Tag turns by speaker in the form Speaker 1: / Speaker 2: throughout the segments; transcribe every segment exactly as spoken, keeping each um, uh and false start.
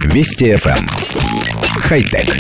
Speaker 1: Вести эф эм. Хай-тек.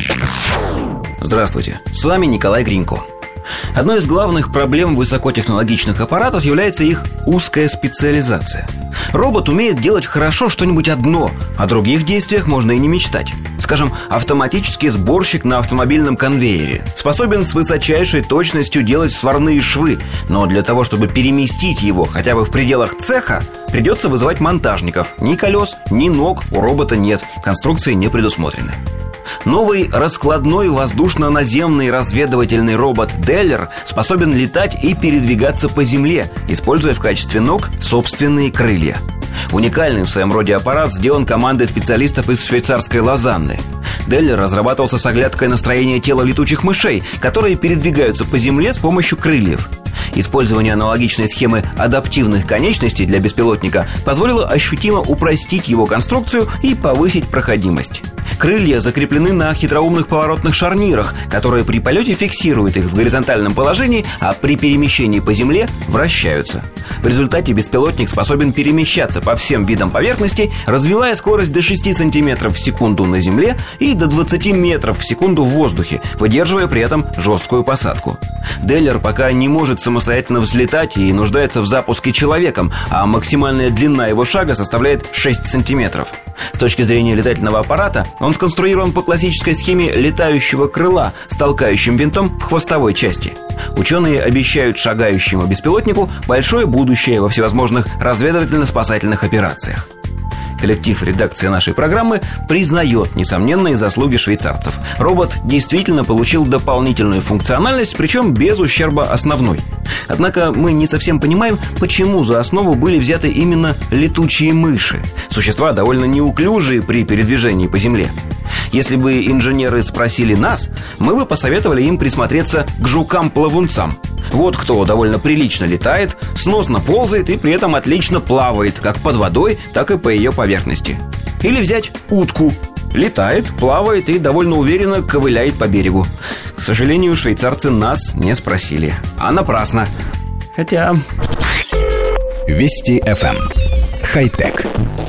Speaker 2: Здравствуйте, с вами Николай Гринько. Одной из главных проблем высокотехнологичных аппаратов является их узкая специализация. Робот умеет делать хорошо что-нибудь одно, о других действиях можно и не мечтать. Скажем, автоматический сборщик на автомобильном конвейере способен с высочайшей точностью делать сварные швы, но для того, чтобы переместить его хотя бы в пределах цеха, придется вызывать монтажников. Ни колес, ни ног у робота нет, конструкции не предусмотрены. Новый раскладной воздушно-наземный разведывательный робот Деллер способен летать и передвигаться по земле, используя в качестве ног собственные крылья. Уникальный в своем роде аппарат сделан командой специалистов из швейцарской Лозанны. Деллер разрабатывался с оглядкой на строение тела летучих мышей, которые передвигаются по земле с помощью крыльев. Использование аналогичной схемы адаптивных конечностей для беспилотника позволило ощутимо упростить его конструкцию и повысить проходимость. Крылья закреплены на хитроумных поворотных шарнирах, которые при полете фиксируют их в горизонтальном положении, а при перемещении по земле вращаются. В результате беспилотник способен перемещаться по всем видам поверхностей, развивая скорость до шести сантиметров в секунду на земле и до двадцати метров в секунду в воздухе, выдерживая при этом жесткую посадку. Деллер пока не может самостоятельно взлетать и нуждается в запуске человеком, а максимальная длина его шага составляет шесть сантиметров. С точки зрения летательного аппарата, он сконструирован по классической схеме летающего крыла с толкающим винтом в хвостовой части. Ученые обещают шагающему беспилотнику большое будущее во всевозможных разведывательно-спасательных операциях. Коллектив редакции нашей программы признает несомненные заслуги швейцарцев. Робот действительно получил дополнительную функциональность, причем без ущерба основной. Однако мы не совсем понимаем, почему за основу были взяты именно летучие мыши. Существа довольно неуклюжие при передвижении по земле. Если бы инженеры спросили нас, мы бы посоветовали им присмотреться к жукам-плавунцам. Вот кто довольно прилично летает, сносно ползает и при этом отлично плавает, как под водой, так и по ее поверхности. Или взять утку. Летает, плавает и довольно уверенно ковыляет по берегу. К сожалению, швейцарцы нас не спросили. А напрасно. Хотя...
Speaker 1: Вести эф эм. Хай-тек.